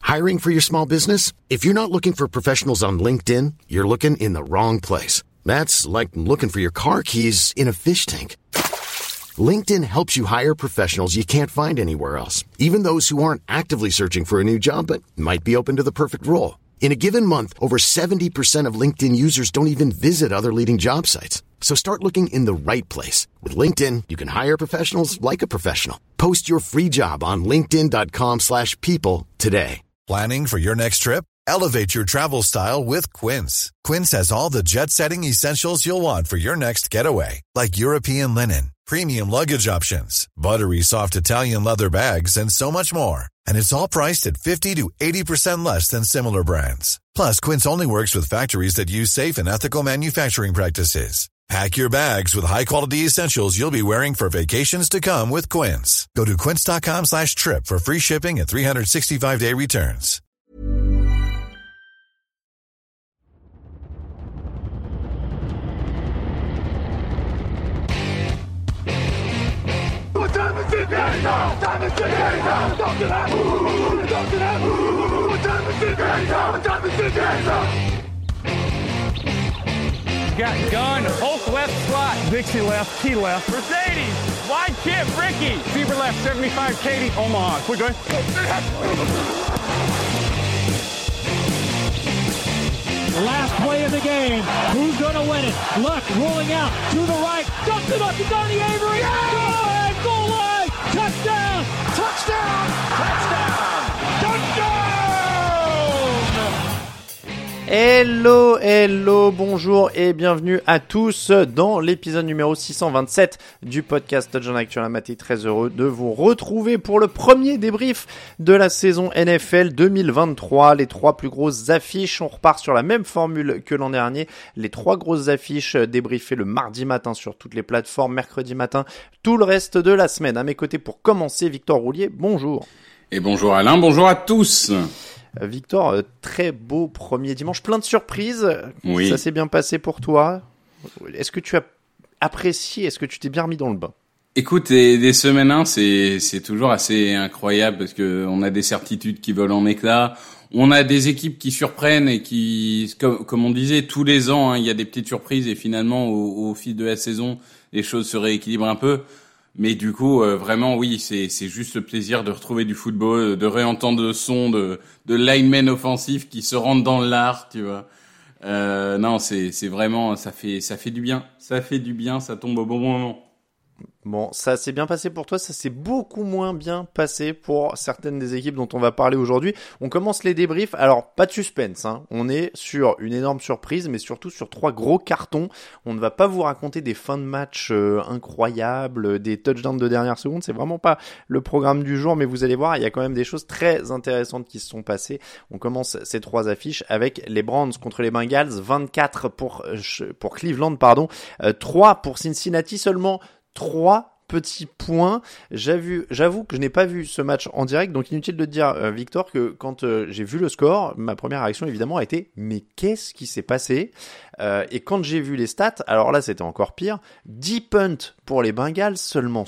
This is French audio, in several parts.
Hiring for your small business? If you're not looking for professionals on LinkedIn, you're looking in the wrong place. That's like looking for your car keys in a fish tank. LinkedIn helps you hire professionals you can't find anywhere else, even those who aren't actively searching for a new job but might be open to the perfect role. In a given month, over 70% of LinkedIn users don't even visit other leading job sites. So start looking in the right place. With LinkedIn, you can hire professionals like a professional. Post your free job on linkedin.com/people today. Planning for your next trip? Elevate your travel style with Quince. Quince has all the jet-setting essentials you'll want for your next getaway, like European linen, premium luggage options, buttery soft Italian leather bags, and so much more. And it's all priced at 50 to 80% less than similar brands. Plus, Quince only works with factories that use safe and ethical manufacturing practices. Pack your bags with high-quality essentials you'll be wearing for vacations to come with Quince. Go to quince.com/trip for free shipping and 365-day returns. What time is it now? Time is it now? Talk to that. Talk to that. What time is it now? What time is it now? Got gun, Hulk left slot, Dixie left, Key left, Mercedes, wide chip, Ricky, Fever left, 75, Katie, Omaha. Quick, go ahead. Last play of the game. Who's going to win it? Luck rolling out to the right. Dumps it up to Donnie Avery. Yeah! Goal line. Touchdown. Touchdown. Touchdown. Touchdown. Hello, bonjour et bienvenue à tous dans l'épisode numéro 627 du podcast Touchdown Actu. Maté, très heureux de vous retrouver pour le premier débrief de la saison NFL 2023. Les trois plus grosses affiches, on repart sur la même formule que l'an dernier. Les trois grosses affiches débriefées le mardi matin sur toutes les plateformes, mercredi matin, tout le reste de la semaine. À mes côtés pour commencer, Victor Roulier, bonjour. Et bonjour Alain, bonjour à tous. Victor, très beau premier dimanche, plein de surprises. Oui. Ça s'est bien passé pour toi. Est-ce que tu as apprécié, est-ce que tu t'es bien remis dans le bain? Écoute, des semaines 1, c'est toujours assez incroyable parce que on a des certitudes qui volent en éclats. On a des équipes qui surprennent et qui, comme on disait, tous les ans, il y a des petites surprises et finalement, au fil de la saison, les choses se rééquilibrent un peu. Mais du coup, vraiment, oui, c'est juste le plaisir de retrouver du football, de réentendre le son de linemen offensifs qui se rentrent dans l'art, tu vois. Non, c'est vraiment, ça fait du bien. Ça fait du bien, ça tombe au bon moment. Bon, ça s'est bien passé pour toi, ça s'est beaucoup moins bien passé pour certaines des équipes dont on va parler aujourd'hui. On commence les débriefs, alors pas de suspense, hein. On est sur une énorme surprise, mais surtout sur trois gros cartons. On ne va pas vous raconter des fins de match incroyables, des touchdowns de dernière seconde, c'est vraiment pas le programme du jour, mais vous allez voir, il y a quand même des choses très intéressantes qui se sont passées. On commence ces trois affiches avec les Browns contre les Bengals, 24 pour Cleveland, 3 pour Cincinnati, seulement 3 petits points. J'avoue que je n'ai pas vu ce match en direct, donc inutile de te dire, Victor, que quand j'ai vu le score, ma première réaction évidemment a été « mais qu'est-ce qui s'est passé ?» Et quand j'ai vu les stats, alors là c'était encore pire, 10 punts pour les Bengals, seulement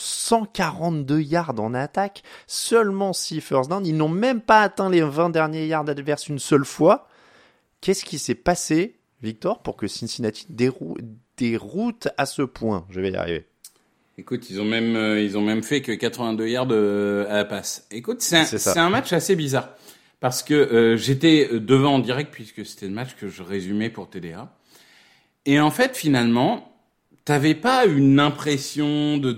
142 yards en attaque, seulement 6 first down, ils n'ont même pas atteint les 20 derniers yards adverses une seule fois. Qu'est-ce qui s'est passé, Victor, pour que Cincinnati déroute à ce point? Je vais y arriver. Écoute, ils ont même fait que 82 yards à la passe. Écoute, c'est un match assez bizarre parce que j'étais devant en direct puisque c'était le match que je résumais pour TDA. Et en fait, finalement, t'avais pas une impression de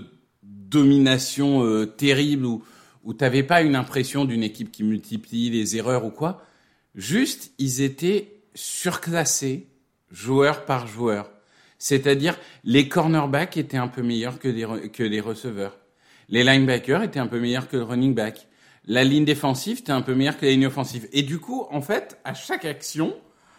domination terrible ou t'avais pas une impression d'une équipe qui multiplie les erreurs ou quoi. Juste, ils étaient surclassés joueur par joueur. C'est-à-dire, les cornerbacks étaient un peu meilleurs que les receveurs. Les linebackers étaient un peu meilleurs que le running back. La ligne défensive était un peu meilleure que la ligne offensive. Et du coup, en fait, à chaque action,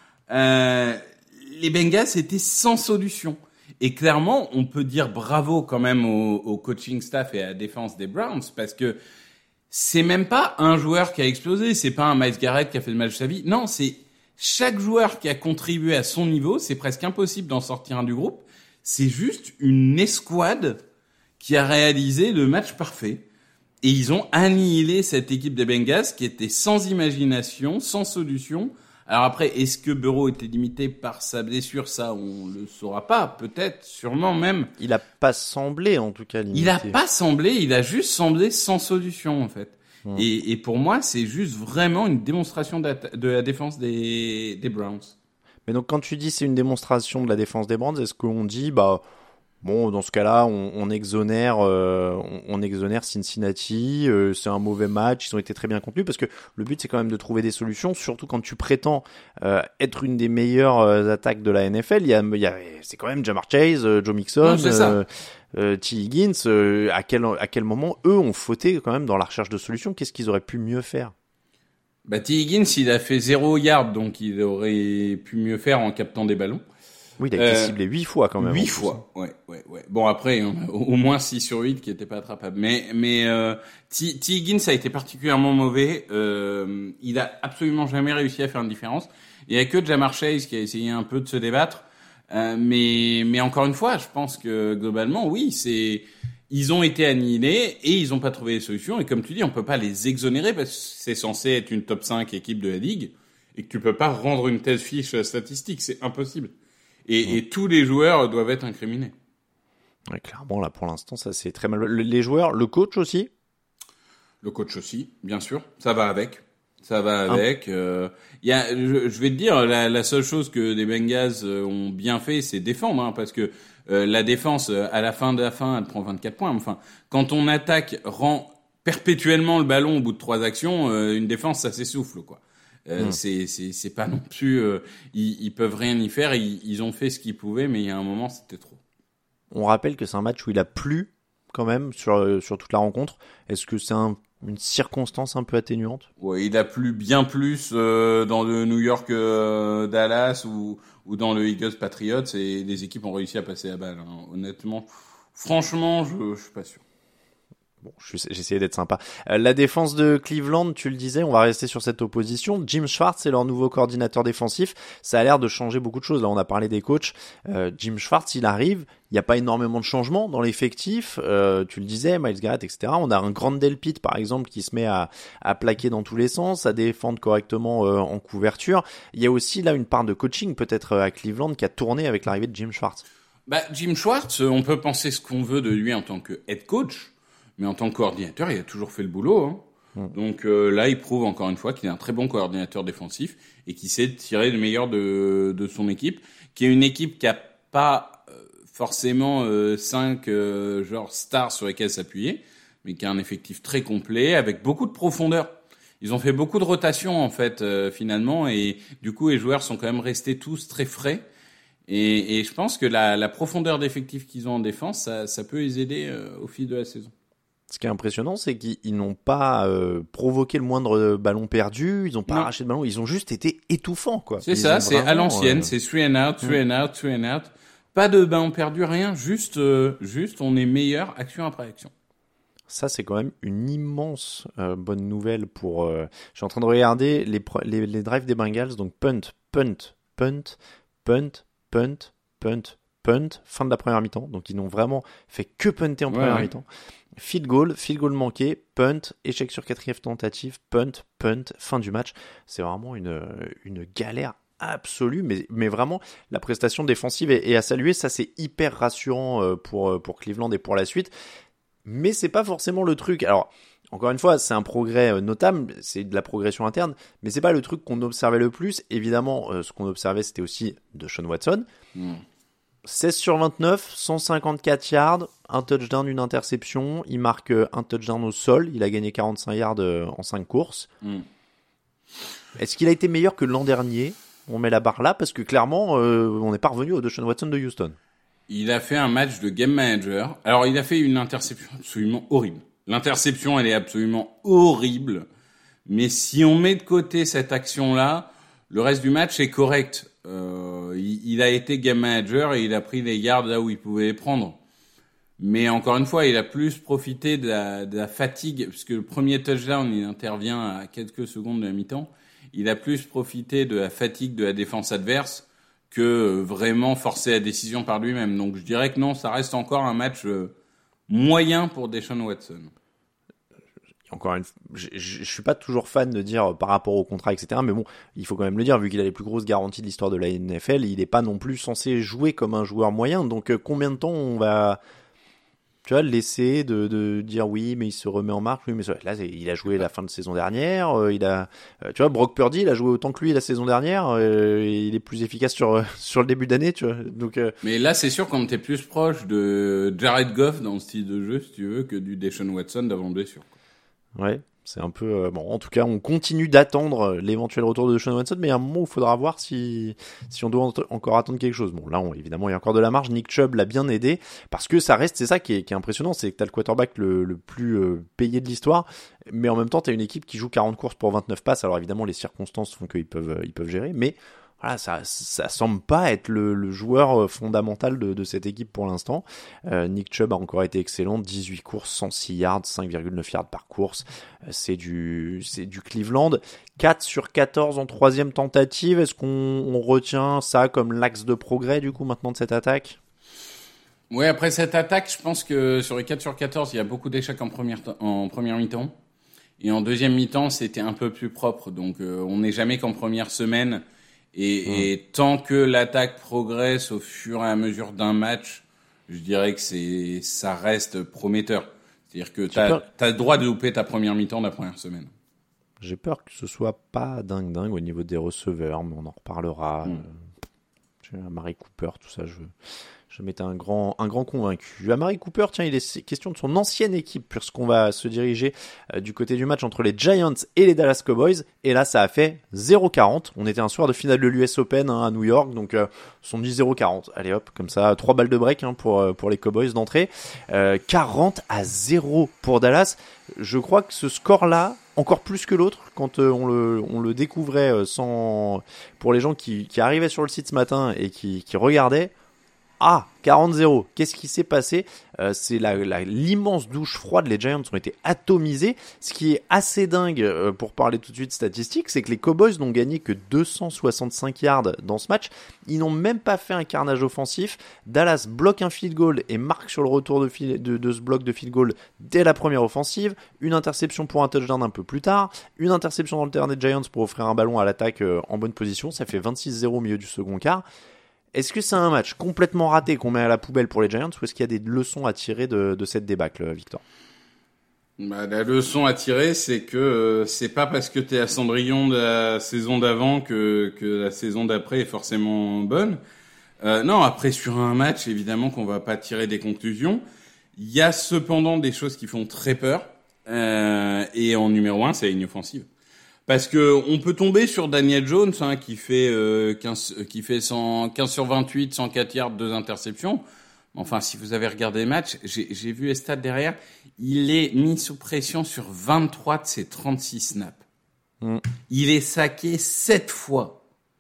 les Bengals étaient sans solution. Et clairement, on peut dire bravo quand même au coaching staff et à la défense des Browns parce que c'est même pas un joueur qui a explosé. C'est pas un Myles Garrett qui a fait le match de sa vie. Non, c'est chaque joueur qui a contribué à son niveau. C'est presque impossible d'en sortir un du groupe. C'est juste une escouade qui a réalisé le match parfait. et ils ont annihilé cette équipe des Bengals qui était sans imagination, sans solution. Alors après, est-ce que Burrow était limité par sa blessure? Ça, on le saura pas. Peut-être, sûrement même. Il a pas semblé, en tout cas, limité. Il a pas semblé, il a juste semblé sans solution, en fait. Et pour moi, c'est juste vraiment une démonstration de la défense des Browns. Mais donc, quand tu dis c'est une démonstration de la défense des Browns, est-ce qu'on dit, bon, dans ce cas-là, on exonère Cincinnati, c'est un mauvais match, ils ont été très bien contenus, parce que le but, c'est quand même de trouver des solutions, surtout quand tu prétends être une des meilleures attaques de la NFL. C'est quand même Ja'Marr Chase, Joe Mixon, T. Higgins. À quel moment, eux, ont fauté quand même dans la recherche de solutions? Qu'est-ce qu'ils auraient pu mieux faire? T. Higgins, il a fait 0 yard, donc il aurait pu mieux faire en captant des ballons. Oui, il a été ciblé 8 fois quand même. 8 fois, ouais. Bon, après, au moins 6 sur 8 qui étaient pas attrapables. Mais T. Higgins a été particulièrement mauvais. Il a absolument jamais réussi à faire une différence. Il y a que Ja'Marr Chase qui a essayé un peu de se débattre. Mais encore une fois, je pense que globalement, oui, ils ont été annihilés et ils ont pas trouvé les solutions. Et comme tu dis, on peut pas les exonérer parce que c'est censé être une top 5 équipe de la ligue et que tu peux pas rendre une telle fiche statistique. C'est impossible. Et tous les joueurs doivent être incriminés. Ouais, clairement, là, pour l'instant, ça c'est très mal. Les joueurs, le coach aussi? Le coach aussi, bien sûr. Ça va avec. Je vais te dire, la seule chose que les Bengals ont bien fait, c'est défendre, hein, parce que la défense, à la fin de la fin, elle prend 24 points. Enfin, quand on attaque, rend perpétuellement le ballon au bout de 3 actions, une défense, ça s'essouffle, quoi. C'est pas non plus, ils peuvent rien y faire. Ils ont fait ce qu'ils pouvaient, mais il y a un moment, c'était trop. On rappelle que c'est un match où il a plu quand même sur toute la rencontre. Est-ce que c'est une circonstance un peu atténuante? Ouais, il a plu bien plus dans le New York Dallas ou dans le Eagles Patriots, et les équipes ont réussi à passer la balle. Hein. Honnêtement, franchement, je suis pas sûr. Bon, j'essayais d'être sympa. La défense de Cleveland, tu le disais, on va rester sur cette opposition. Jim Schwartz est leur nouveau coordinateur défensif. Ça a l'air de changer beaucoup de choses. Là, on a parlé des coachs. Jim Schwartz, il arrive. Il n'y a pas énormément de changements dans l'effectif. Tu le disais, Myles Garrett, etc. On a un grand Delpit, par exemple, qui se met à plaquer dans tous les sens, à défendre correctement en couverture. Il y a aussi là une part de coaching, peut-être, à Cleveland, qui a tourné avec l'arrivée de Jim Schwartz. Jim Schwartz, on peut penser ce qu'on veut de lui en tant que head coach. Mais en tant que coordinateur, il a toujours fait le boulot. Hein. Donc là, il prouve encore une fois qu'il est un très bon coordinateur défensif et qu'il sait tirer le meilleur de son équipe, qui est une équipe qui a pas forcément 5 genre stars sur lesquels s'appuyer, mais qui a un effectif très complet avec beaucoup de profondeur. Ils ont fait beaucoup de rotation en fait finalement, et du coup les joueurs sont quand même restés tous très frais. Et je pense que la profondeur d'effectif qu'ils ont en défense, ça peut les aider au fil de la saison. Ce qui est impressionnant, c'est qu'ils n'ont pas provoqué le moindre ballon perdu, ils n'ont pas arraché de ballon, ils ont juste été étouffants, quoi. C'est ça, c'est à l'ancienne, c'est 3 and out, 3 and out, 3 and out. Pas de ballon perdu, rien, juste on est meilleur action après action. Ça, c'est quand même une immense bonne nouvelle pour... Je suis en train de regarder les drives des Bengals, donc punt, fin de la première mi-temps, donc ils n'ont vraiment fait que punter en première mi-temps. Field goal manqué, punt, échec sur 4e tentative, punt, fin du match. C'est vraiment une galère absolue, mais vraiment la prestation défensive est à saluer. Ça, c'est hyper rassurant pour Cleveland et pour la suite. Mais c'est pas forcément le truc. Alors, encore une fois, c'est un progrès notable, c'est de la progression interne, mais c'est pas le truc qu'on observait le plus. Évidemment, ce qu'on observait, c'était aussi Deshaun Watson. 16 sur 29, 154 yards, un touchdown, une interception. Il marque un touchdown au sol. Il a gagné 45 yards en 5 courses. Est-ce qu'il a été meilleur que l'an dernier? On met la barre là parce que clairement, on n'est pas revenu au Deshaun Watson de Houston. Il a fait un match de game manager. Alors, il a fait une interception absolument horrible. L'interception, elle est absolument horrible. Mais si on met de côté cette action-là, le reste du match est correct. Il a été game manager et il a pris les yards là où il pouvait les prendre. Mais encore une fois, il a plus profité de la fatigue, puisque le premier touchdown, il intervient à quelques secondes de la mi-temps. Il a plus profité de la fatigue de la défense adverse que vraiment forcer la décision par lui-même. Donc je dirais que non, ça reste encore un match moyen pour Deshaun Watson. je suis pas toujours fan de dire par rapport au contrat, etc. Mais bon, il faut quand même le dire, vu qu'il a les plus grosses garanties de l'histoire de la NFL, il est pas non plus censé jouer comme un joueur moyen. Donc combien de temps on va, tu vois, laisser de dire oui, mais il se remet en marche. Oui, mais là, il a joué la fin de saison dernière. Tu vois, Brock Purdy, il a joué autant que lui la saison dernière. Il est plus efficace sur le début d'année, tu vois. Donc, mais là, c'est sûr qu'on était plus proche de Jared Goff dans le style de jeu, si tu veux, que du Deshaun Watson d'avant blessure. Ouais, c'est un peu bon. En tout cas, on continue d'attendre l'éventuel retour de Deshaun Watson, mais il y a un moment où il faudra voir si on doit encore attendre quelque chose. Bon, là, évidemment, il y a encore de la marge. Nick Chubb l'a bien aidé parce que ça reste, c'est ça qui est impressionnant, c'est que t'as le quarterback le plus payé de l'histoire, mais en même temps, t'as une équipe qui joue 40 courses pour 29 passes. Alors évidemment, les circonstances font qu'ils peuvent gérer, mais voilà, ça semble pas être le joueur fondamental de cette équipe pour l'instant. Nick Chubb a encore été excellent, 18 courses, 106 yards, 5,9 yards par course. C'est du Cleveland. 4 sur 14 en troisième tentative. Est-ce qu'on retient ça comme l'axe de progrès du coup maintenant de cette attaque? Ouais, après cette attaque, je pense que sur les 4 sur 14, il y a beaucoup d'échecs en première mi-temps. Et en deuxième mi-temps, c'était un peu plus propre. Donc on n'est jamais qu'en première semaine. Et tant que l'attaque progresse au fur et à mesure d'un match, je dirais que ça reste prometteur. C'est-à-dire que t'as le droit de louper ta première mi-temps de la première semaine. J'ai peur que ce soit pas dingue au niveau des receveurs, mais on en reparlera. Amari Cooper, tout ça, je m'étais un grand convaincu. Amari Cooper, tiens, il est question de son ancienne équipe, puisqu'on va se diriger du côté du match entre les Giants et les Dallas Cowboys. Et là, ça a fait 0-40. On était un soir de finale de l'US Open à New York, donc on dit 0-40. Allez hop, comme ça, 3 balles de break pour les Cowboys d'entrée. 40-0 pour Dallas. Je crois que ce score-là, encore plus que l'autre, quand on le découvrait pour les gens qui arrivaient sur le site ce matin et qui regardaient. 40-0. Qu'est-ce qui s'est passé? C'est l'immense douche froide. Les Giants ont été atomisés. Ce qui est assez dingue, pour parler tout de suite statistiques, c'est que les Cowboys n'ont gagné que 265 yards dans ce match. Ils n'ont même pas fait un carnage offensif. Dallas bloque un field goal et marque sur le retour de ce bloc de field goal dès la première offensive. Une interception pour un touchdown un peu plus tard. Une interception dans le terrain des Giants pour offrir un ballon à l'attaque en bonne position. Ça fait 26-0 au milieu du second quart. Est-ce que c'est un match complètement raté qu'on met à la poubelle pour les Giants ou est-ce qu'il y a des leçons à tirer de cette débâcle, Victor? La leçon à tirer, c'est que c'est pas parce que t'es à Cendrillon de la saison d'avant que la saison d'après est forcément bonne. Non, après sur un match, évidemment qu'on va pas tirer des conclusions. Il y a cependant des choses qui font très peur. Et en numéro 1, c'est la ligne offensive. Parce que on peut tomber sur Daniel Jones, qui fait 15 sur 28, 104 yards, 2 interceptions. Enfin, si vous avez regardé le match, j'ai vu les stats derrière. Il est mis sous pression sur 23 de ses 36 snaps. Il est saqué 7 fois.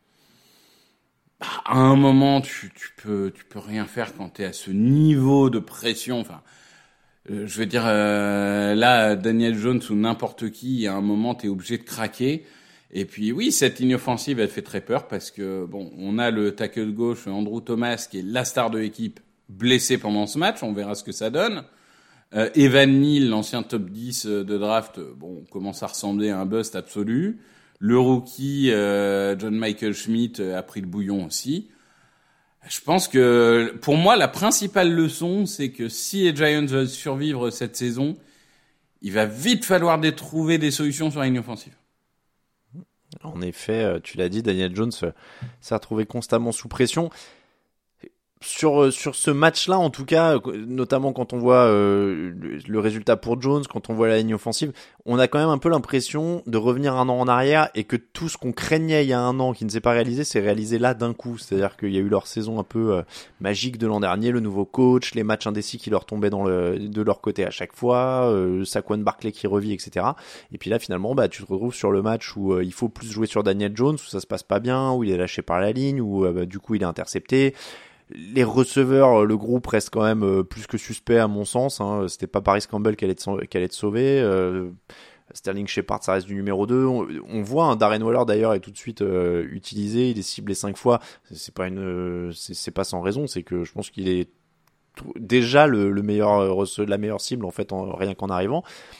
À un moment, tu peux rien faire quand t'es à ce niveau de pression. Enfin, je veux dire, là, Daniel Jones ou n'importe qui, à un moment, t'es obligé de craquer. Et puis, oui, cette ligne offensive, elle fait très peur parce que, bon, on a le tackle gauche, Andrew Thomas, qui est la star de l'équipe, blessé pendant ce match. On verra ce que ça donne. Evan Neal, l'ancien top 10 de draft, commence à ressembler à un bust absolu. Le rookie, John Michael Schmidt, a pris le bouillon aussi. Je pense que, pour moi, la principale leçon, c'est que si les Giants veulent survivre cette saison, il va vite falloir trouver des solutions sur la ligne offensive. En effet, tu l'as dit, Daniel Jones s'est retrouvé constamment sous pression. Sur ce match-là, en tout cas, notamment quand on voit le résultat pour Jones, quand on voit la ligne offensive, on a quand même un peu l'impression de revenir un an en arrière et que tout ce qu'on craignait il y a un an qui ne s'est pas réalisé, s'est réalisé là d'un coup. C'est-à-dire qu'il y a eu leur saison un peu magique de l'an dernier, le nouveau coach, les matchs indécis qui leur tombaient de leur côté à chaque fois, Saquon Barkley qui revit, etc. Et puis là, finalement, tu te retrouves sur le match où il faut plus jouer sur Daniel Jones, où ça se passe pas bien, où il est lâché par la ligne, où du coup il est intercepté. Les receveurs, le groupe reste quand même plus que suspect à mon sens. C'était pas Paris Campbell qui allait être sauvé. Sterling Shepard, ça reste du numéro 2. On voit Darren Waller d'ailleurs est tout de suite utilisé. Il est ciblé 5 fois. C'est pas sans raison. C'est que je pense qu'il est déjà le meilleur la meilleure cible en fait rien qu'en arrivant.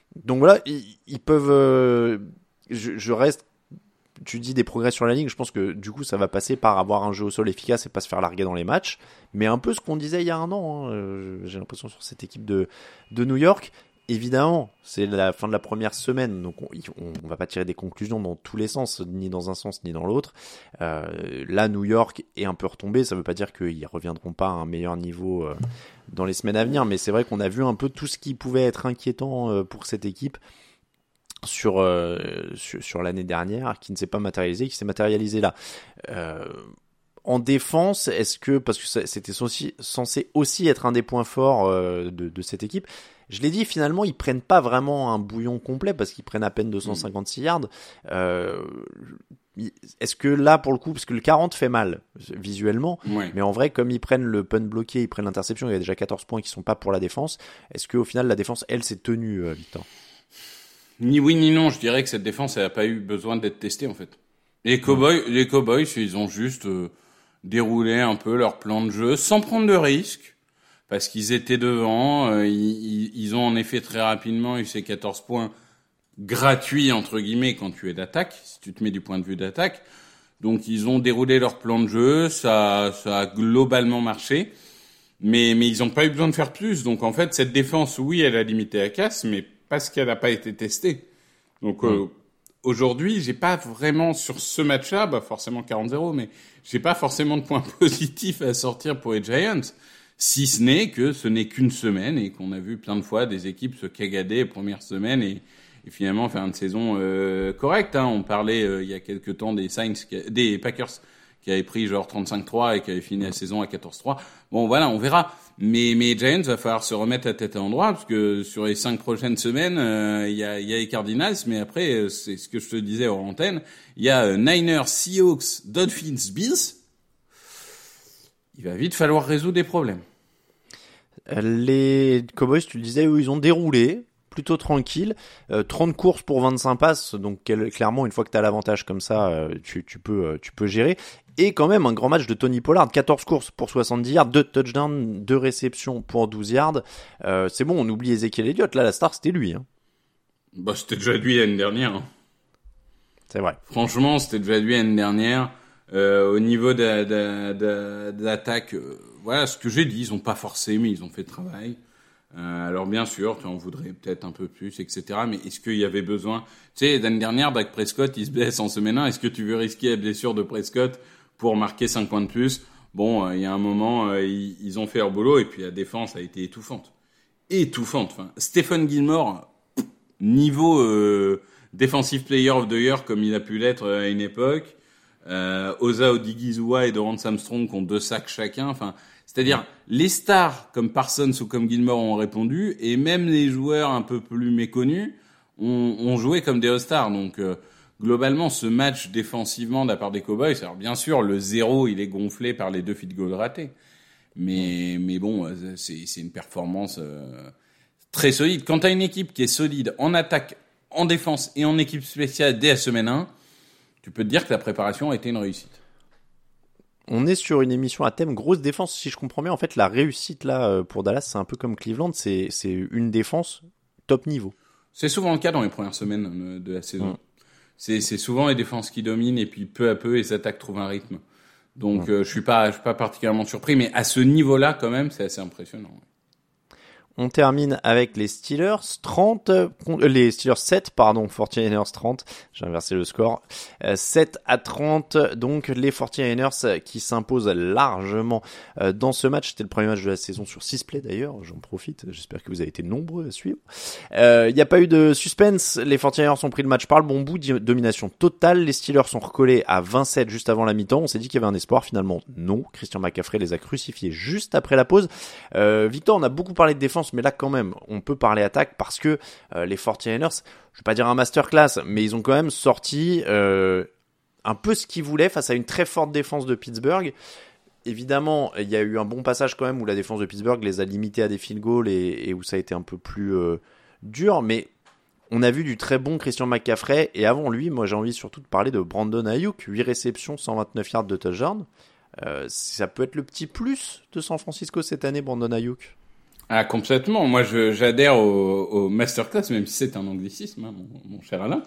Donc voilà, ils peuvent. Je reste. Tu dis des progrès sur la ligne. Je pense que du coup, ça va passer par avoir un jeu au sol efficace et pas se faire larguer dans les matchs. Mais un peu ce qu'on disait il y a un an. J'ai l'impression sur cette équipe de New York. Évidemment, c'est la fin de la première semaine, donc on va pas tirer des conclusions dans tous les sens, ni dans un sens ni dans l'autre. Là, New York est un peu retombé, ça veut pas dire qu'ils reviendront pas à un meilleur niveau dans les semaines à venir, mais c'est vrai qu'on a vu un peu tout ce qui pouvait être inquiétant pour cette équipe sur l'année dernière, qui ne s'est pas matérialisé, qui s'est matérialisé là. En défense, est-ce que, parce que c'était censé aussi être un des points forts de cette équipe, je l'ai dit, finalement, ils prennent pas vraiment un bouillon complet parce qu'ils prennent à peine 256 yards. Est-ce que là, pour le coup, parce que le 40 fait mal visuellement, mais en vrai, comme ils prennent le punt bloqué, ils prennent l'interception, il y a déjà 14 points qui sont pas pour la défense. Est-ce qu'au final, la défense, elle, s'est tenue, Victor? Ni oui ni non. Je dirais que cette défense, elle a pas eu besoin d'être testée en fait. Les Cowboys, ils ont juste déroulé un peu leur plan de jeu sans prendre de risques. Parce qu'ils étaient devant, ils ont en effet très rapidement eu ces 14 points gratuits, entre guillemets, quand tu es d'attaque, si tu te mets du point de vue d'attaque. Donc ils ont déroulé leur plan de jeu, ça a globalement marché, mais ils n'ont pas eu besoin de faire plus. Donc en fait, cette défense, oui, elle a limité la casse, mais parce qu'elle n'a pas été testée. Donc aujourd'hui, j'ai pas vraiment, sur ce match-là, forcément 40-0, mais j'ai pas forcément de points positifs à sortir pour les Giants. Si ce n'est que ce n'est qu'une semaine et qu'on a vu plein de fois des équipes se cagader les premières semaines et finalement faire une saison correcte. On parlait il y a quelques temps des Packers qui avaient pris genre 35-3 et qui avaient fini la saison à 14-3. Bon voilà, on verra. Mais Giants, va falloir se remettre la tête à l'endroit parce que sur les 5 prochaines semaines, il y a les Cardinals, mais après, c'est ce que je te disais hors antenne, il y a Niners, Seahawks, Dolphins, Bills. Il va vite falloir résoudre des problèmes. Les Cowboys, tu le disais, eux, ils ont déroulé, plutôt tranquille. 30 courses pour 25 passes, donc clairement, une fois que tu as l'avantage comme ça, tu peux gérer. Et quand même, un grand match de Tony Pollard, 14 courses pour 70 yards, 2 touchdowns, 2 réceptions pour 12 yards. C'est bon, on oublie Ezekiel Elliott, là, la star, c'était lui. C'était déjà lui l'année dernière. C'est vrai. Franchement, c'était déjà lui l'année dernière. Au niveau de l'attaque, voilà ce que j'ai dit, ils ont pas forcé, mais ils ont fait le travail. Alors bien sûr, tu en voudrais peut-être un peu plus, etc. Mais est-ce qu'il y avait besoin? Tu sais, l'année dernière, Dak Prescott, il se blesse en semaine 1. Est-ce que tu veux risquer la blessure de Prescott pour marquer 5 points de plus? Bon, il y a un moment, ils ont fait leur boulot et puis la défense a été étouffante. Enfin, Stephen Gilmore, niveau defensive player of the year comme il a pu l'être à une époque. Osa Odigizua et Dorrance Armstrong qui ont 2 sacs chacun. Enfin, c'est-à-dire les stars comme Parsons ou comme Gilmore ont répondu et même les joueurs un peu plus méconnus ont joué comme des All-Stars. Donc globalement, ce match défensivement de la part des Cowboys, alors bien sûr le 0 il est gonflé par les 2 field goals ratés, mais bon, c'est une performance très solide. Quand t'as une équipe qui est solide en attaque, en défense et en équipe spéciale dès la semaine 1, tu peux te dire que la préparation a été une réussite. On est sur une émission à thème grosse défense, si je comprends bien. En fait, la réussite là pour Dallas, c'est un peu comme Cleveland, c'est une défense top niveau. C'est souvent le cas dans les premières semaines de la saison. C'est souvent les défenses qui dominent et puis peu à peu les attaques trouvent un rythme. Donc je suis pas particulièrement surpris, mais à ce niveau-là quand même, c'est assez impressionnant. On termine avec les Steelers 7, 49ers 30. J'ai inversé le score. 7-30, donc les 49ers qui s'imposent largement dans ce match. C'était le premier match de la saison sur 6 plays d'ailleurs. J'en profite. J'espère que vous avez été nombreux à suivre. Il n'y a pas eu de suspense. Les 49ers ont pris le match par le bon bout. Domination totale. Les Steelers sont recollés à 27 juste avant la mi-temps. On s'est dit qu'il y avait un espoir. Finalement, non. Christian McCaffrey les a crucifiés juste après la pause. Victor, on a beaucoup parlé de défense, mais là quand même, on peut parler attaque parce que les 49ers, je vais pas dire un masterclass, mais ils ont quand même sorti un peu ce qu'ils voulaient face à une très forte défense de Pittsburgh. Évidemment, il y a eu un bon passage quand même où la défense de Pittsburgh les a limités à des field goals et où ça a été un peu plus dur, mais on a vu du très bon Christian McCaffrey, et avant lui, moi j'ai envie surtout de parler de Brandon Ayuk, 8 réceptions, 129 yards de touchdown. Ça peut être le petit plus de San Francisco cette année, Brandon Ayuk. Ah, complètement. Moi, j'adhère au masterclass, même si c'est un anglicisme, hein, mon cher Alain.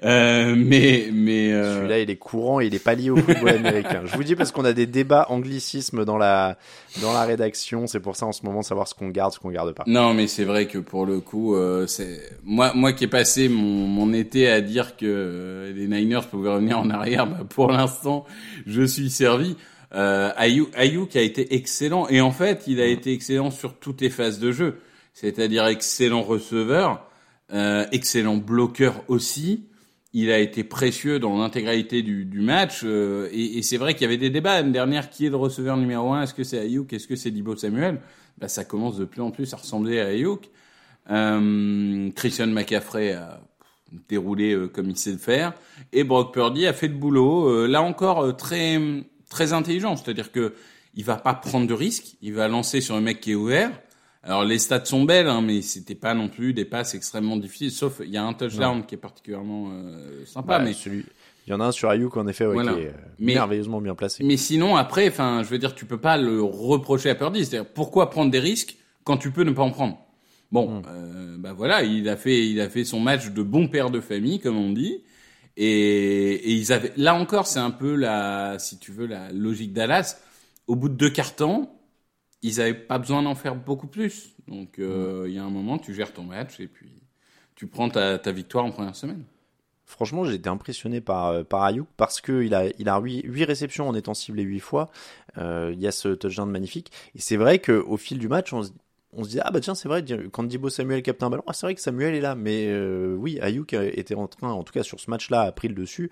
Celui-là, il est courant, il est pas lié au football américain. Je vous dis parce qu'on a des débats anglicismes dans la rédaction. C'est pour ça, en ce moment, savoir ce qu'on garde pas. Non, mais c'est vrai que pour le coup, c'est moi qui ai passé mon été à dire que les Niners pouvaient revenir en arrière. Bah, pour l'instant, je suis servi. Ayuk a été excellent et en fait il a été excellent sur toutes les phases de jeu, c'est-à-dire excellent receveur, excellent bloqueur aussi. Il a été précieux dans l'intégralité du match et c'est vrai qu'il y avait des débats l'année dernière, qui est le receveur numéro 1, est-ce que c'est Ayuk, est-ce que c'est Deebo Samuel? Bah ça commence de plus en plus à ressembler à Ayuk. Christian McCaffrey a déroulé comme il sait le faire et Brock Purdy a fait le boulot là encore très intelligent, c'est-à-dire que il va pas prendre de risques, il va lancer sur un mec qui est ouvert. Alors les stats sont belles, hein, mais c'était pas non plus des passes extrêmement difficiles, sauf il y a un touchdown qui est particulièrement sympa. Mais il y en a un sur Ayuk en effet, voilà. Qui est merveilleusement bien placé. Mais sinon après, enfin, je veux dire, tu peux pas le reprocher à Purdy, c'est-à-dire pourquoi prendre des risques quand tu peux ne pas en prendre. Bon, bah voilà, il a fait son match de bon père de famille, comme on dit. Et ils avaient, là encore, c'est un peu si tu veux, la logique Dallas. Au bout de 2 quarts-temps, ils avaient pas besoin d'en faire beaucoup plus. Donc, il y a un moment, tu gères ton match et puis tu prends ta victoire en première semaine. Franchement, j'ai été impressionné par Ayuk parce que il a 8 réceptions en étant ciblé 8 fois. Il y a ce touchdown magnifique. Et c'est vrai qu'au fil du match, on se dit ah bah tiens, c'est vrai, quand Deebo Samuel capte un ballon, c'est vrai que Samuel est là, mais oui, Ayuk était en train, en tout cas sur ce match-là, a pris le dessus,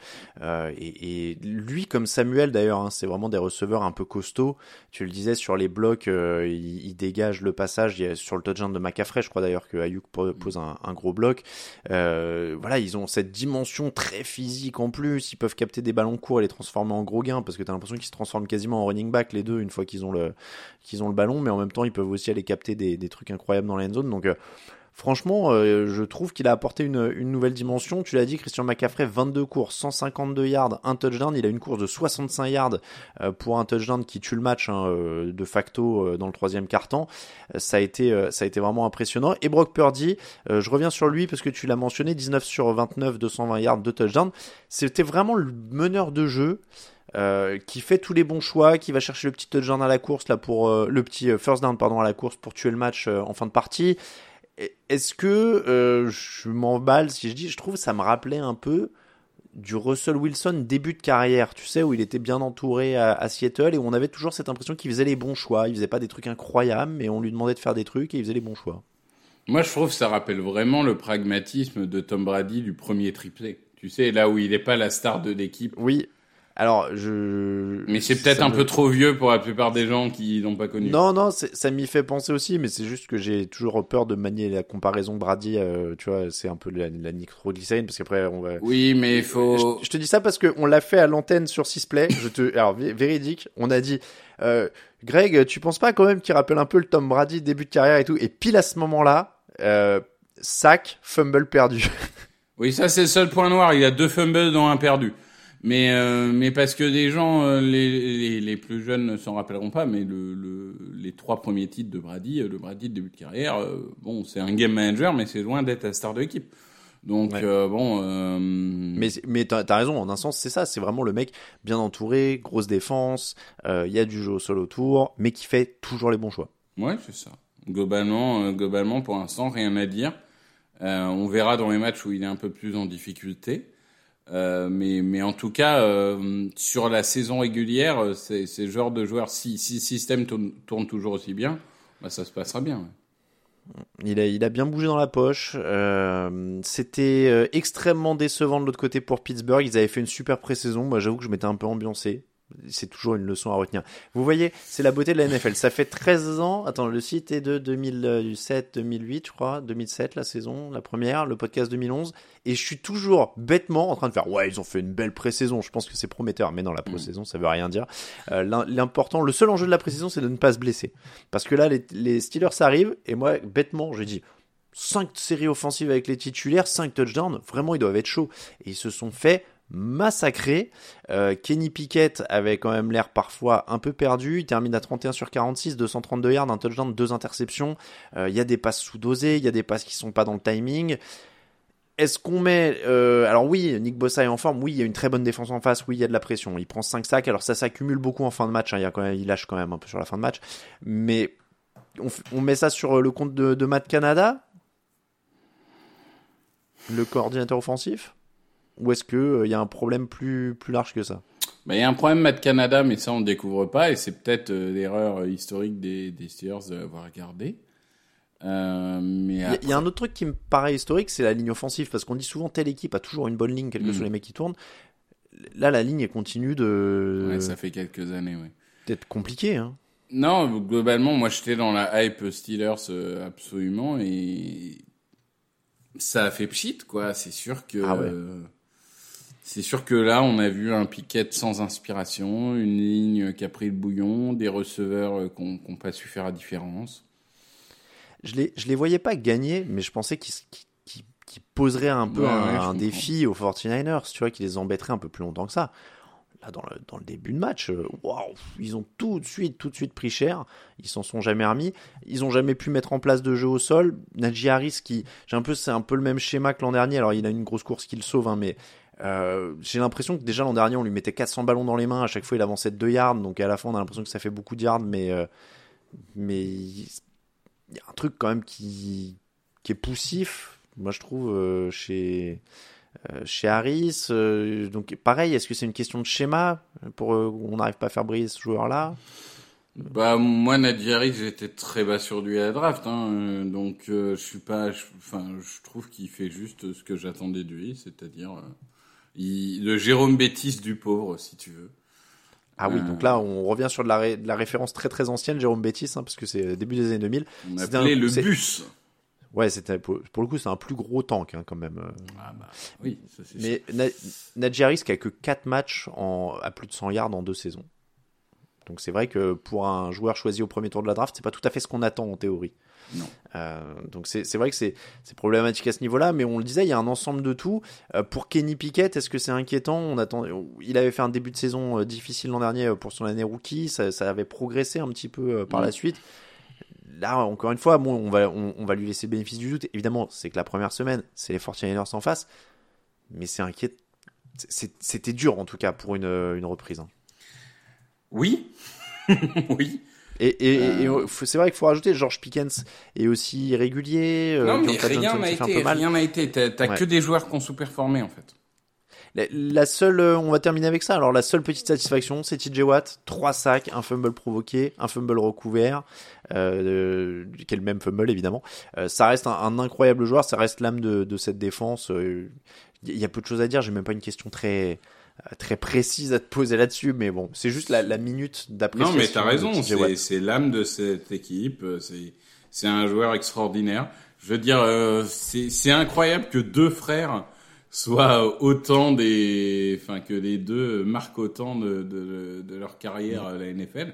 et lui comme Samuel d'ailleurs, hein, c'est vraiment des receveurs un peu costauds. Tu le disais, sur les blocs, il dégage le passage. Sur le touchdown de McCaffrey, je crois d'ailleurs que Ayuk pose un gros bloc. Voilà, ils ont cette dimension très physique en plus. Ils peuvent capter des ballons courts et les transformer en gros gains, parce que t'as l'impression qu'ils se transforment quasiment en running back les deux une fois qu'ils ont le ballon, mais en même temps ils peuvent aussi aller capter des trucs incroyables dans la end zone. Donc franchement, je trouve qu'il a apporté une nouvelle dimension. Tu l'as dit, Christian McCaffrey, 22 courses, 152 yards, un touchdown. Il a une course de 65 yards pour un touchdown qui tue le match, hein, de facto dans le 3e quart-temps. Ça a été vraiment impressionnant. Et Brock Purdy, je reviens sur lui parce que tu l'as mentionné, 19 sur 29, 220 yards, 2 touchdowns. C'était vraiment le meneur de jeu. Qui fait tous les bons choix, qui va chercher le petit touchdown à la course là pour le petit first down à la course pour tuer le match en fin de partie. Est-ce que je m'emballe si je dis, je trouve que ça me rappelait un peu du Russell Wilson début de carrière, tu sais, où il était bien entouré à Seattle et où on avait toujours cette impression qu'il faisait les bons choix. Il faisait pas des trucs incroyables, mais on lui demandait de faire des trucs et il faisait les bons choix. Moi, je trouve que ça rappelle vraiment le pragmatisme de Tom Brady du premier triplé. Tu sais, là où il n'est pas la star de l'équipe. Oui. Alors, mais c'est peut-être un peu trop vieux pour la plupart des gens qui l'ont pas connu. Non, ça m'y fait penser aussi, mais c'est juste que j'ai toujours peur de manier la comparaison Brady. Tu vois, c'est un peu la nitroglycérine, parce qu'après on va. Oui, mais il faut. Je te dis ça parce que on l'a fait à l'antenne sur Sisplay. Alors véridique, on a dit. Greg, tu penses pas quand même qu'il rappelle un peu le Tom Brady début de carrière et tout, et pile à ce moment-là, sac, fumble perdu. Oui, ça c'est le seul point noir. Il y a 2 fumbles dont un perdu. Mais parce que des gens, les plus jeunes ne s'en rappelleront pas, mais les 3 premiers titres de Brady, le Brady de début de carrière, bon, c'est un game manager, mais c'est loin d'être la star de l'équipe. Donc ouais. Mais t'as raison, en un sens c'est ça, c'est vraiment le mec bien entouré, grosse défense, il y a du jeu au sol autour, mais qui fait toujours les bons choix. Ouais, c'est ça. Globalement pour l'instant rien à dire. On verra dans les matchs où il est un peu plus en difficulté. Mais en tout cas, sur la saison régulière, c'est le genre de joueur, si le système tourne toujours aussi bien, bah ça se passera bien. Ouais. Il a bien bougé dans la poche. C'était extrêmement décevant de l'autre côté pour Pittsburgh. Ils avaient fait une super pré-saison. Moi, j'avoue que je m'étais un peu ambiancé. C'est toujours une leçon à retenir. Vous voyez, c'est la beauté de la NFL. Ça fait 13 ans. Attends, le site est de 2007-2008, je crois. 2007, la saison, la première. Le podcast 2011. Et je suis toujours bêtement en train de faire ouais, ils ont fait une belle pré-saison. Je pense que c'est prometteur. Mais non, la pré-saison, ça veut rien dire. L'important, le seul enjeu de la pré-saison, c'est de ne pas se blesser. Parce que là, les Steelers arrivent. Et moi, bêtement, je dis 5 séries offensives avec les titulaires, 5 touchdowns. Vraiment, ils doivent être chauds. Et ils se sont fait massacré. Kenny Pickett avait quand même l'air parfois un peu perdu. Il termine à 31 sur 46, 232 yards, un touchdown, 2 interceptions. Il y a des passes sous-dosées, il y a des passes qui sont pas dans le timing. Est-ce qu'on met... alors oui, Nick Bosa est en forme. Oui, il y a une très bonne défense en face. Oui, il y a de la pression. Il prend 5 sacs. Alors ça s'accumule beaucoup en fin de match. Hein. Il lâche quand même un peu sur la fin de match. Mais on met ça sur le compte de Matt Canada, le coordinateur offensif, ou est-ce qu'il y a un problème plus large que ça? Il y a un problème Matt Canada, mais ça on ne découvre pas. Et c'est peut-être l'erreur historique des Steelers de l'avoir gardé. Mais après... Il y a un autre truc qui me paraît historique, c'est la ligne offensive, parce qu'on dit souvent telle équipe a toujours une bonne ligne, quels que soient les mecs qui tournent. Là, la ligne continue de... Ouais, ça fait quelques années, oui. D'être compliqué, hein. Non, globalement, moi j'étais dans la hype Steelers absolument, et ça a fait pchit, quoi. C'est sûr que... Ah ouais. C'est sûr que là, on a vu un Pickett sans inspiration, une ligne qui a pris le bouillon, des receveurs qui n'ont pas su faire la différence. Je les voyais pas gagner, mais je pensais qu'ils poseraient un peu un défi aux 49ers, tu vois, qui les embêterait un peu plus longtemps que ça. Là, dans le début de match, ils ont tout de suite pris cher. Ils s'en sont jamais remis. Ils ont jamais pu mettre en place de jeu au sol. Najee Harris, c'est un peu le même schéma que l'an dernier. Alors, il a une grosse course qui le sauve, hein, mais j'ai l'impression que déjà l'an dernier, on lui mettait 400 ballons dans les mains. À chaque fois, il avançait de 2 yards. Donc, à la fin, on a l'impression que ça fait beaucoup de yards, mais il y a un truc quand même qui est poussif, moi je trouve, chez Harris. Donc pareil, est-ce que c'est une question de schéma pour on n'arrive pas à faire briller ce joueur-là? Moi, Najee Harris, j'étais très bas sur lui à la draft, hein, donc je trouve qu'il fait juste ce que j'attendais de lui, c'est-à-dire le Jérôme Bettis du pauvre, si tu veux. Ah oui, donc là, on revient sur de la référence très très ancienne, Jérôme Bettis, hein, parce que c'est début des années 2000. On appelait le bus. Ouais, c'était pour le coup, c'est un plus gros tank, hein, quand même. Oui, ça c'est mais Najee Harris qui a que 4 matchs à plus de 100 yards en 2 saisons. Donc c'est vrai que pour un joueur choisi au premier tour de la draft, c'est pas tout à fait ce qu'on attend en théorie. Non. Donc c'est vrai que c'est problématique à ce niveau-là, mais on le disait, il y a un ensemble de tout. Pour Kenny Pickett, est-ce que c'est inquiétant? Il avait fait un début de saison difficile l'an dernier pour son année rookie, ça avait progressé un petit peu par la suite. Là, encore une fois, on va lui laisser le bénéfice du doute. Évidemment, c'est que la première semaine, c'est les 49ers en face, mais c'est inquiétant. C'était dur en tout cas pour une reprise. Hein. Oui, oui. Et c'est vrai qu'il faut rajouter George Pickens est aussi irrégulier. Non, mais rien n'a été. T'as que des joueurs qui ont sous-performé en fait. La seule, on va terminer avec ça. Alors la seule petite satisfaction, c'est TJ Watt, 3 sacs, un fumble provoqué, un fumble recouvert, qui est le même fumble évidemment. Ça reste un incroyable joueur, ça reste l'âme de cette défense. Il y a peu de choses à dire. J'ai même pas une question très précise à te poser là-dessus, mais bon, c'est juste la minute d'appréciation. Non, mais t'as raison, c'est l'âme de cette équipe, c'est un joueur extraordinaire. Je veux dire, c'est incroyable que 2 frères soient que les 2 marquent autant de leur carrière à la NFL.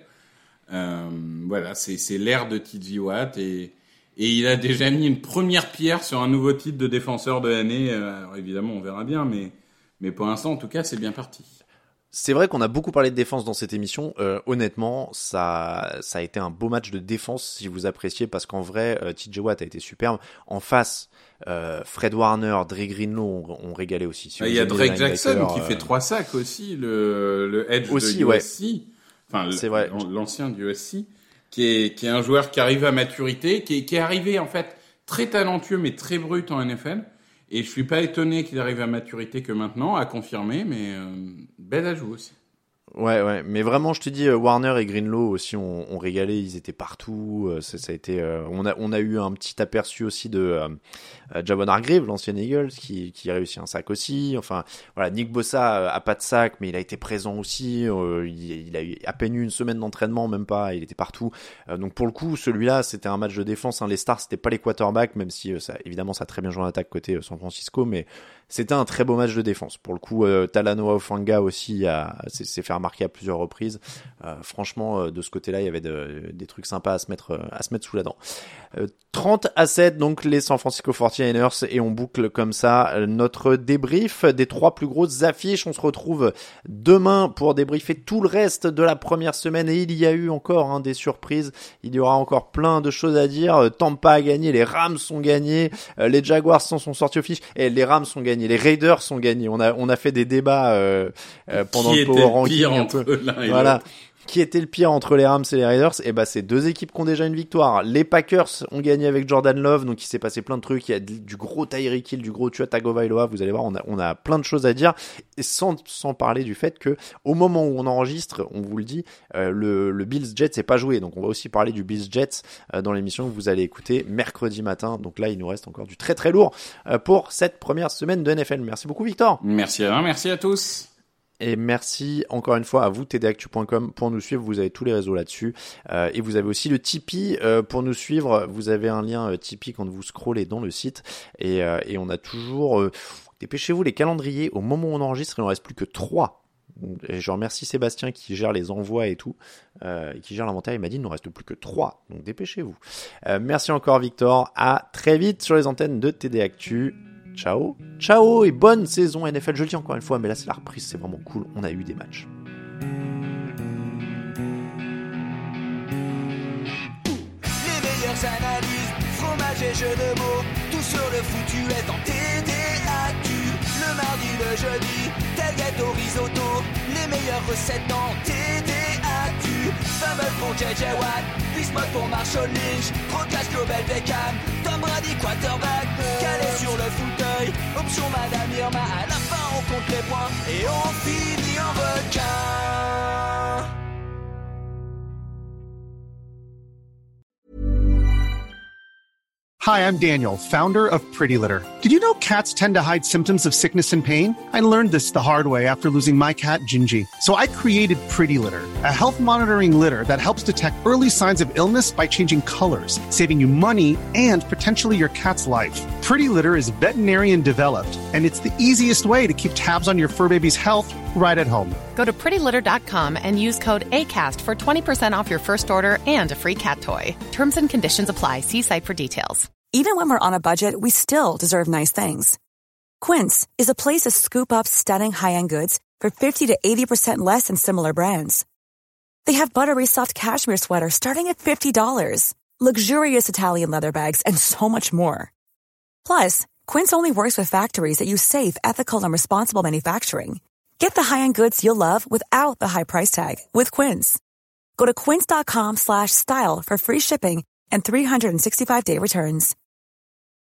Voilà, c'est l'ère de TJ Watt et il a déjà mis une première pierre sur un nouveau titre de défenseur de l'année. Alors évidemment, on verra bien, mais pour l'instant, en tout cas, c'est bien parti. C'est vrai qu'on a beaucoup parlé de défense dans cette émission. Honnêtement, ça a été un beau match de défense si vous appréciez, parce qu'en vrai, TJ Watt a été superbe. En face, Fred Warner, Dre Greenlaw ont régalé aussi. Si il y a Drake Jackson qui fait 3 sacs aussi, le edge aussi, de USC. Ouais. Enfin, c'est vrai. L'ancien du USC, qui est un joueur qui arrive à maturité, qui est arrivé en fait très talentueux mais très brut en NFL. Et je suis pas étonné qu'il arrive à maturité que maintenant, à confirmer, mais bel ajout aussi. Ouais, mais vraiment, je te dis, Warner et Greenlaw aussi ont régalé, ils étaient partout. Ça a été, on a eu un petit aperçu aussi de Javon Hargrave, l'ancien Eagles, qui a réussi un sac aussi. Enfin, voilà, Nick Bosa a pas de sac, mais il a été présent aussi. Il a eu à peine eu une semaine d'entraînement, même pas. Il était partout. Donc pour le coup, celui-là, c'était un match de défense. Hein. Les stars, c'était pas les quarterbacks, même si évidemment, ça a très bien joué en attaque côté San Francisco, mais c'était un très beau match de défense. Pour le coup, Talanoa Hufanga aussi s'est fait marqué à plusieurs reprises. Franchement, de ce côté-là, il y avait des trucs sympas à se mettre sous la dent. 30-7, donc les San Francisco 49ers, et on boucle comme ça notre débrief des 3 plus grosses affiches. On se retrouve demain pour débriefer tout le reste de la première semaine, et il y a eu encore des surprises. Il y aura encore plein de choses à dire. Tampa a gagné, les Rams ont gagné, les Jaguars sont sortis aux fiches, et les Rams ont gagné, les Raiders ont gagné. On a fait des débats pendant le Power Ranking un peu. Voilà. Qui était le pire entre les Rams et les Raiders? C'est 2 équipes qui ont déjà une victoire. Les Packers ont gagné avec Jordan Love, donc il s'est passé plein de trucs. Il y a du gros Tyreek Hill, du gros Tua Tagovailoa. Vous allez voir, on a plein de choses à dire. Et sans parler du fait que, au moment où on enregistre, on vous le dit, le Bills Jets n'est pas joué. Donc on va aussi parler du Bills Jets dans l'émission que vous allez écouter mercredi matin. Donc là, il nous reste encore du très très lourd pour cette première semaine de NFL. Merci beaucoup, Victor. Merci à tous. Et merci encore une fois à vous, tdactu.com, pour nous suivre. Vous avez tous les réseaux là-dessus. Et vous avez aussi le Tipeee pour nous suivre. Vous avez un lien Tipeee quand vous scrollez dans le site. Et on a toujours... dépêchez-vous, les calendriers. Au moment où on enregistre, il n'en reste plus que 3. Et je remercie Sébastien qui gère les envois et tout, qui gère l'inventaire. Il m'a dit il ne nous reste plus que 3. Donc dépêchez-vous. Merci encore, Victor. À très vite sur les antennes de TD Actu. Ciao et bonne saison NFL, je le dis encore une fois, mais là c'est la reprise, c'est vraiment cool, on a eu des matchs. Les meilleures analyses, fromage et jeux de mots, tout sur le foutu est en TDAQ. Le mardi, le jeudi, tailgate au risotto, les meilleures recettes en TDAQ. Fumble pour JJ Watt, Bismuth pour Marshall Lynch, Procast Global Beckham, Tom Brady quarterback, calé sur le fauteuil, option Madame Irma, à la fin on compte les points et on finit en requin. Hi, I'm Daniel, founder of Pretty Litter. Did you know cats tend to hide symptoms of sickness and pain? I learned this the hard way after losing my cat, Gingy. So I created Pretty Litter, a health monitoring litter that helps detect early signs of illness by changing colors, saving you money and potentially your cat's life. Pretty Litter is veterinarian developed, and it's the easiest way to keep tabs on your fur baby's health right at home. Go to prettylitter.com and use code ACAST for 20% off your first order and a free cat toy. Terms and conditions apply. See site for details. Even when we're on a budget, we still deserve nice things. Quince is a place to scoop up stunning high-end goods for 50 to 80% less than similar brands. They have buttery soft cashmere sweaters starting at $50, luxurious Italian leather bags, and so much more. Plus, Quince only works with factories that use safe, ethical, and responsible manufacturing. Get the high-end goods you'll love without the high price tag with Quince. Go to quince.com/style for free shipping and 365-day returns.